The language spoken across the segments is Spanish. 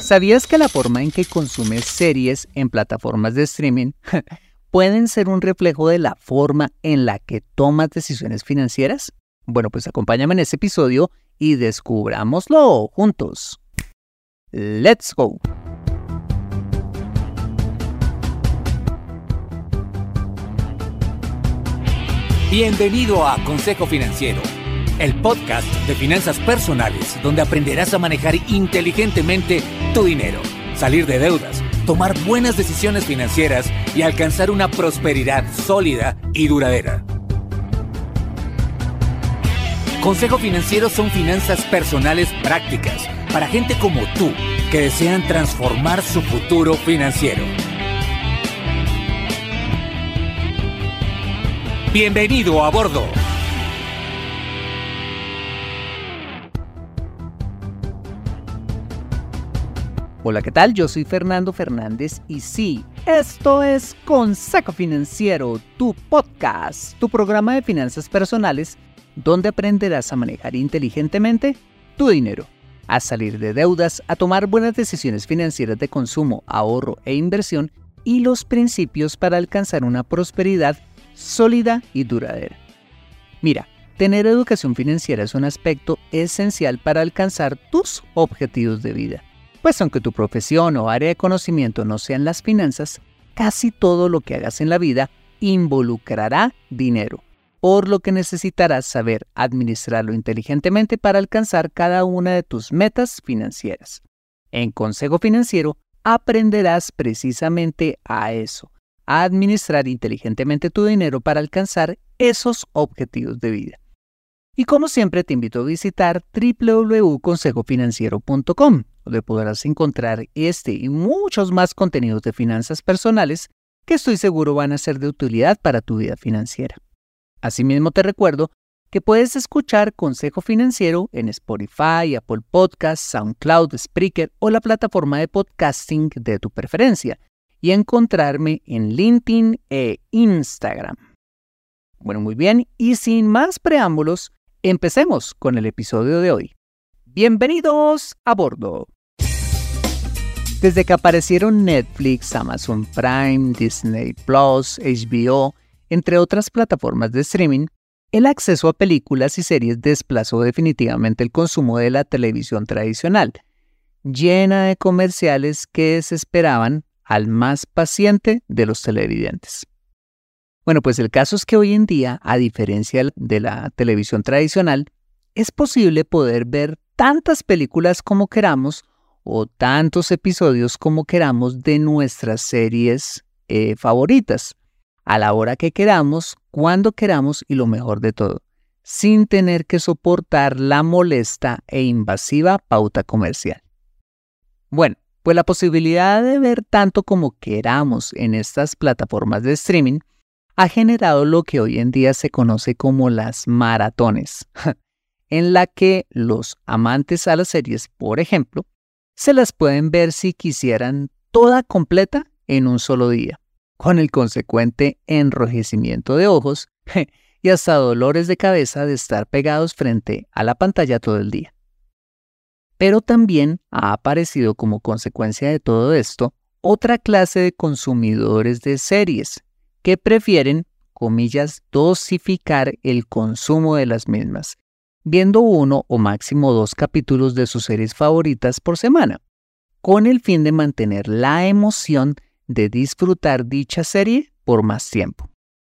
¿Sabías que la forma en que consumes series en plataformas de streaming pueden ser un reflejo de la forma en la que tomas decisiones financieras? Bueno, pues acompáñame en este episodio y descubrámoslo juntos. ¡Let's go! Bienvenido a Consejo Financiero, el podcast de finanzas personales donde aprenderás a manejar inteligentemente tu dinero, salir de deudas, tomar buenas decisiones financieras y alcanzar una prosperidad sólida y duradera. Consejo Financiero son finanzas personales prácticas para gente como tú que desean transformar su futuro financiero. ¡Bienvenido a bordo! Hola, ¿qué tal? Yo soy Fernando Fernández y sí, esto es Consejo Financiero, tu podcast, tu programa de finanzas personales donde aprenderás a manejar inteligentemente tu dinero, a salir de deudas, a tomar buenas decisiones financieras de consumo, ahorro e inversión y los principios para alcanzar una prosperidad sólida y duradera. Mira, tener educación financiera es un aspecto esencial para alcanzar tus objetivos de vida. Pues aunque tu profesión o área de conocimiento no sean las finanzas, casi todo lo que hagas en la vida involucrará dinero, por lo que necesitarás saber administrarlo inteligentemente para alcanzar cada una de tus metas financieras. En Consejo Financiero aprenderás precisamente a eso, a administrar inteligentemente tu dinero para alcanzar esos objetivos de vida. Y como siempre te invito a visitar www.consejofinanciero.com, donde podrás encontrar este y muchos más contenidos de finanzas personales que estoy seguro van a ser de utilidad para tu vida financiera. Asimismo te recuerdo que puedes escuchar Consejo Financiero en Spotify, Apple Podcasts, SoundCloud, Spreaker o la plataforma de podcasting de tu preferencia y encontrarme en LinkedIn e Instagram. Bueno, muy bien, y sin más preámbulos, empecemos con el episodio de hoy. ¡Bienvenidos a bordo! Desde que aparecieron Netflix, Amazon Prime, Disney Plus, HBO, entre otras plataformas de streaming, el acceso a películas y series desplazó definitivamente el consumo de la televisión tradicional, llena de comerciales que desesperaban al más paciente de los televidentes. Bueno, pues el caso es que hoy en día, a diferencia de la televisión tradicional, es posible poder ver tantas películas como queramos o tantos episodios como queramos de nuestras series favoritas, a la hora que queramos, cuando queramos y lo mejor de todo, sin tener que soportar la molesta e invasiva pauta comercial. Bueno, pues la posibilidad de ver tanto como queramos en estas plataformas de streaming ha generado lo que hoy en día se conoce como las maratones, en la que los amantes a las series, por ejemplo, se las pueden ver si quisieran toda completa en un solo día, con el consecuente enrojecimiento de ojos y hasta dolores de cabeza de estar pegados frente a la pantalla todo el día. Pero también ha aparecido como consecuencia de todo esto otra clase de consumidores de series que prefieren, comillas, dosificar el consumo de las mismas, viendo uno o máximo 2 capítulos de sus series favoritas por semana, con el fin de mantener la emoción de disfrutar dicha serie por más tiempo.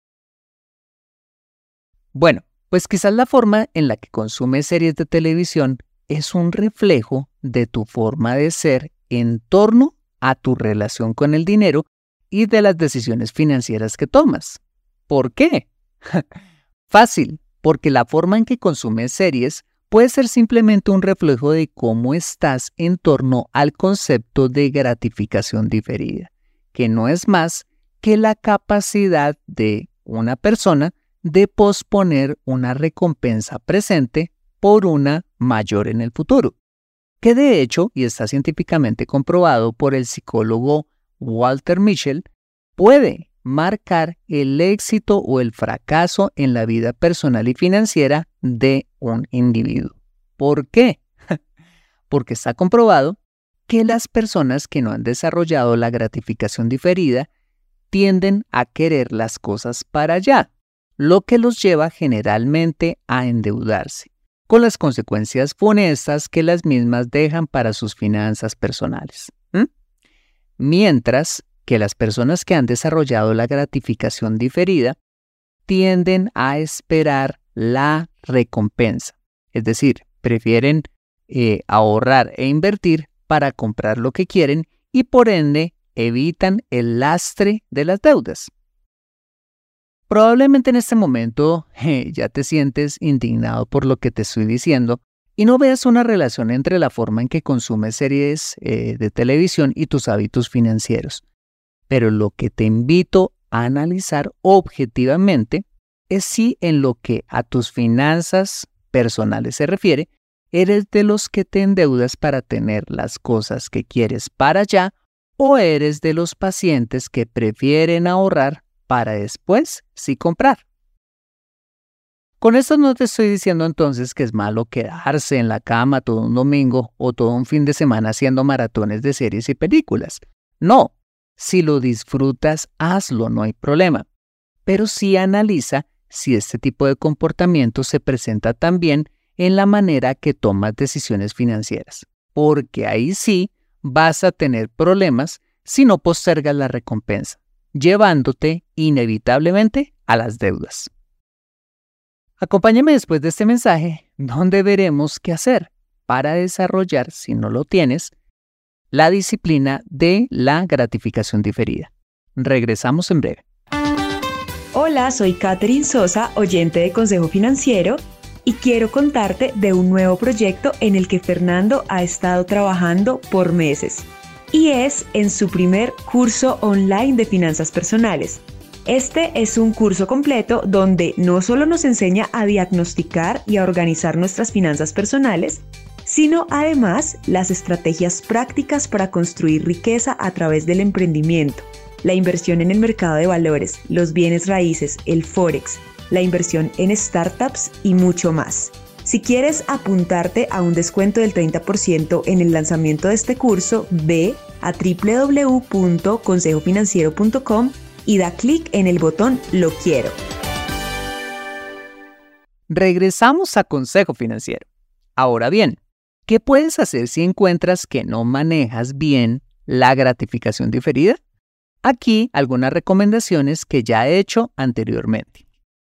Bueno, pues quizás la forma en la que consumes series de televisión es un reflejo de tu forma de ser en torno a tu relación con el dinero y de las decisiones financieras que tomas. ¿Por qué? Fácil, porque la forma en que consumes series puede ser simplemente un reflejo de cómo estás en torno al concepto de gratificación diferida, que no es más que la capacidad de una persona de posponer una recompensa presente por una mayor en el futuro, que de hecho, y está científicamente comprobado por el psicólogo Walter Mischel, puede marcar el éxito o el fracaso en la vida personal y financiera de un individuo. ¿Por qué? Porque está comprobado que las personas que no han desarrollado la gratificación diferida tienden a querer las cosas para allá, lo que los lleva generalmente a endeudarse, con las consecuencias funestas que las mismas dejan para sus finanzas personales. Mientras que las personas que han desarrollado la gratificación diferida tienden a esperar la recompensa, es decir, prefieren ahorrar e invertir para comprar lo que quieren y por ende evitan el lastre de las deudas. Probablemente en este momento ya te sientes indignado por lo que te estoy diciendo y no veas una relación entre la forma en que consumes series de televisión y tus hábitos financieros. Pero lo que te invito a analizar objetivamente es si en lo que a tus finanzas personales se refiere, eres de los que te endeudas para tener las cosas que quieres para allá o eres de los pacientes que prefieren ahorrar para después sí comprar. Con esto no te estoy diciendo entonces que es malo quedarse en la cama todo un domingo o todo un fin de semana haciendo maratones de series y películas. No, si lo disfrutas, hazlo, no hay problema. Pero sí analiza si este tipo de comportamiento se presenta también en la manera que tomas decisiones financieras, porque ahí sí vas a tener problemas si no postergas la recompensa, llevándote inevitablemente a las deudas. Acompáñame después de este mensaje, donde veremos qué hacer para desarrollar, si no lo tienes, la disciplina de la gratificación diferida. Regresamos en breve. Hola, soy Katherine Sosa, oyente de Consejo Financiero, y quiero contarte de un nuevo proyecto en el que Fernando ha estado trabajando por meses. Y es en su primer curso online de finanzas personales. Este es un curso completo donde no solo nos enseña a diagnosticar y a organizar nuestras finanzas personales, sino además las estrategias prácticas para construir riqueza a través del emprendimiento, la inversión en el mercado de valores, los bienes raíces, el forex, la inversión en startups y mucho más. Si quieres apuntarte a un descuento del 30% en el lanzamiento de este curso, ve a www.consejofinanciero.com y da clic en el botón Lo quiero. Regresamos a Consejo Financiero. Ahora bien, ¿qué puedes hacer si encuentras que no manejas bien la gratificación diferida? Aquí algunas recomendaciones que ya he hecho anteriormente.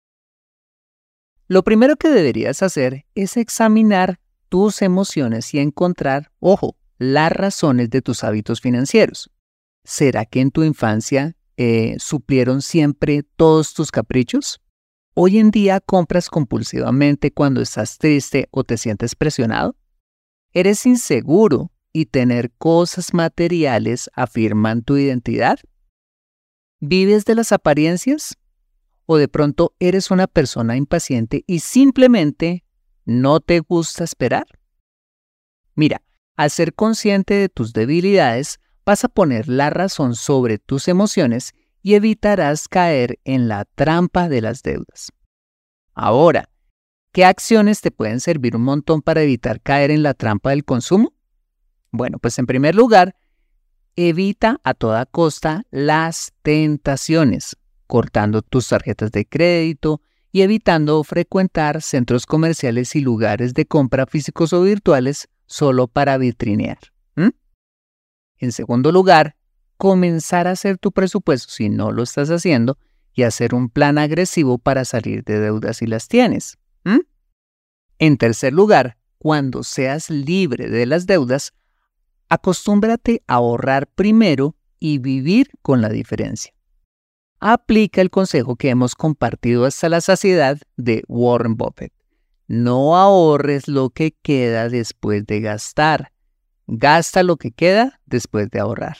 Lo primero que deberías hacer es examinar tus emociones y encontrar, las razones de tus hábitos financieros. ¿Será que en tu infancia suplieron siempre todos tus caprichos? ¿Hoy en día compras compulsivamente cuando estás triste o te sientes presionado? ¿Eres inseguro y tener cosas materiales afirman tu identidad? ¿Vives de las apariencias? ¿O de pronto eres una persona impaciente y simplemente no te gusta esperar? Mira, al ser consciente de tus debilidades, vas a poner la razón sobre tus emociones y evitarás caer en la trampa de las deudas. Ahora, ¿qué acciones te pueden servir un montón para evitar caer en la trampa del consumo? Bueno, pues en primer lugar, evita a toda costa las tentaciones, cortando tus tarjetas de crédito y evitando frecuentar centros comerciales y lugares de compra físicos o virtuales solo para vitrinear. En segundo lugar, comenzar a hacer tu presupuesto si no lo estás haciendo y hacer un plan agresivo para salir de deudas si las tienes. En tercer lugar, cuando seas libre de las deudas, acostúmbrate a ahorrar primero y vivir con la diferencia. Aplica el consejo que hemos compartido hasta la saciedad de Warren Buffett. No ahorres lo que queda después de gastar. Gasta lo que queda después de ahorrar.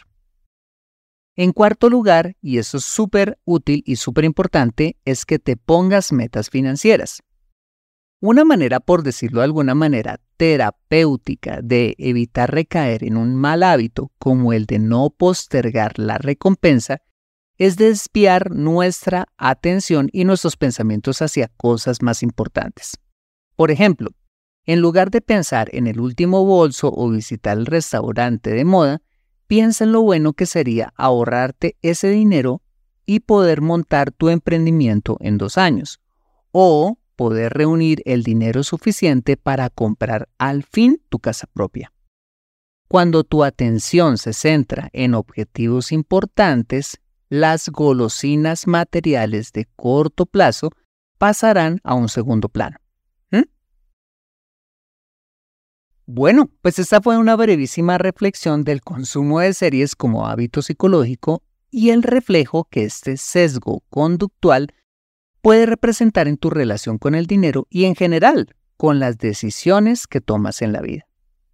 En cuarto lugar, y esto es súper útil y súper importante, es que te pongas metas financieras. Una manera, por decirlo de alguna manera, terapéutica de evitar recaer en un mal hábito como el de no postergar la recompensa es desviar nuestra atención y nuestros pensamientos hacia cosas más importantes. Por ejemplo, En lugar de pensar en el último bolso o visitar el restaurante de moda, piensa en lo bueno que sería ahorrarte ese dinero y poder montar tu emprendimiento en 2 años, o poder reunir el dinero suficiente para comprar al fin tu casa propia. Cuando tu atención se centra en objetivos importantes, las golosinas materiales de corto plazo pasarán a un segundo plano. Bueno, pues esta fue una brevísima reflexión del consumo de series como hábito psicológico y el reflejo que este sesgo conductual puede representar en tu relación con el dinero y en general con las decisiones que tomas en la vida.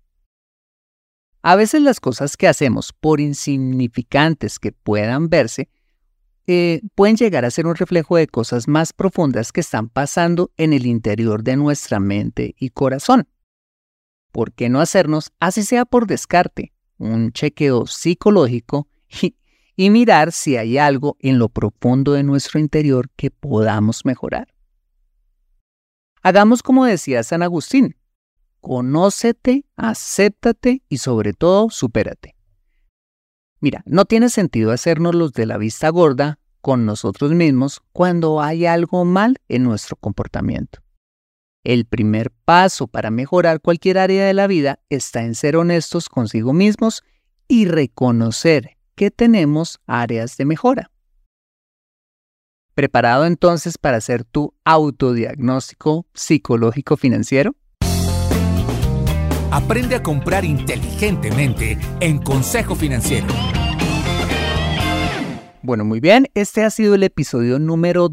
A veces las cosas que hacemos, por insignificantes que puedan verse, pueden llegar a ser un reflejo de cosas más profundas que están pasando en el interior de nuestra mente y corazón. ¿Por qué no hacernos, así sea por descarte, un chequeo psicológico y mirar si hay algo en lo profundo de nuestro interior que podamos mejorar? Hagamos como decía San Agustín: conócete, acéptate y sobre todo supérate. Mira, no tiene sentido hacernos los de la vista gorda con nosotros mismos cuando hay algo mal en nuestro comportamiento. El primer paso para mejorar cualquier área de la vida está en ser honestos consigo mismos y reconocer que tenemos áreas de mejora. ¿Preparado entonces para hacer tu autodiagnóstico psicológico financiero? Aprende a comprar inteligentemente en Consejo Financiero. Bueno, muy bien, este ha sido el episodio número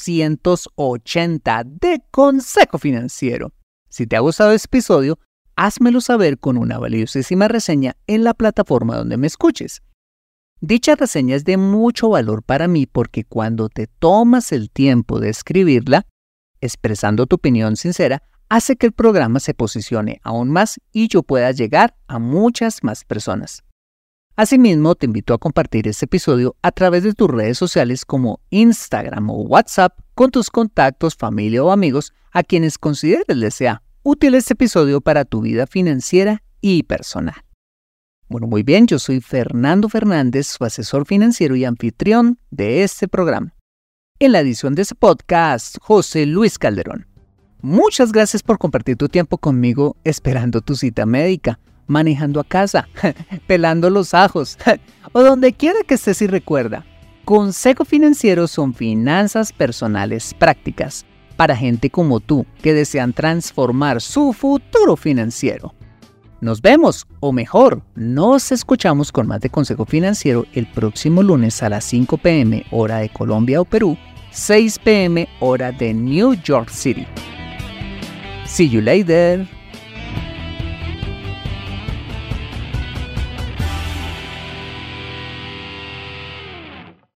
280 de Consejo Financiero. Si te ha gustado este episodio, házmelo saber con una valiosísima reseña en la plataforma donde me escuches. Dicha reseña es de mucho valor para mí porque cuando te tomas el tiempo de escribirla, expresando tu opinión sincera, hace que el programa se posicione aún más y yo pueda llegar a muchas más personas. Asimismo, te invito a compartir este episodio a través de tus redes sociales como Instagram o WhatsApp con tus contactos, familia o amigos a quienes consideres les sea útil este episodio para tu vida financiera y personal. Bueno, muy bien, yo soy Fernando Fernández, su asesor financiero y anfitrión de este programa. En la edición de este podcast, José Luis Calderón. Muchas gracias por compartir tu tiempo conmigo esperando tu cita médica, manejando a casa, pelando los ajos o donde quiera que estés. Y recuerda, Consejo Financiero son finanzas personales prácticas para gente como tú que desean transformar su futuro financiero. Nos vemos, o mejor, nos escuchamos con más de Consejo Financiero el próximo lunes a las 5 p.m. hora de Colombia o Perú, 6 p.m. hora de New York City. See you later.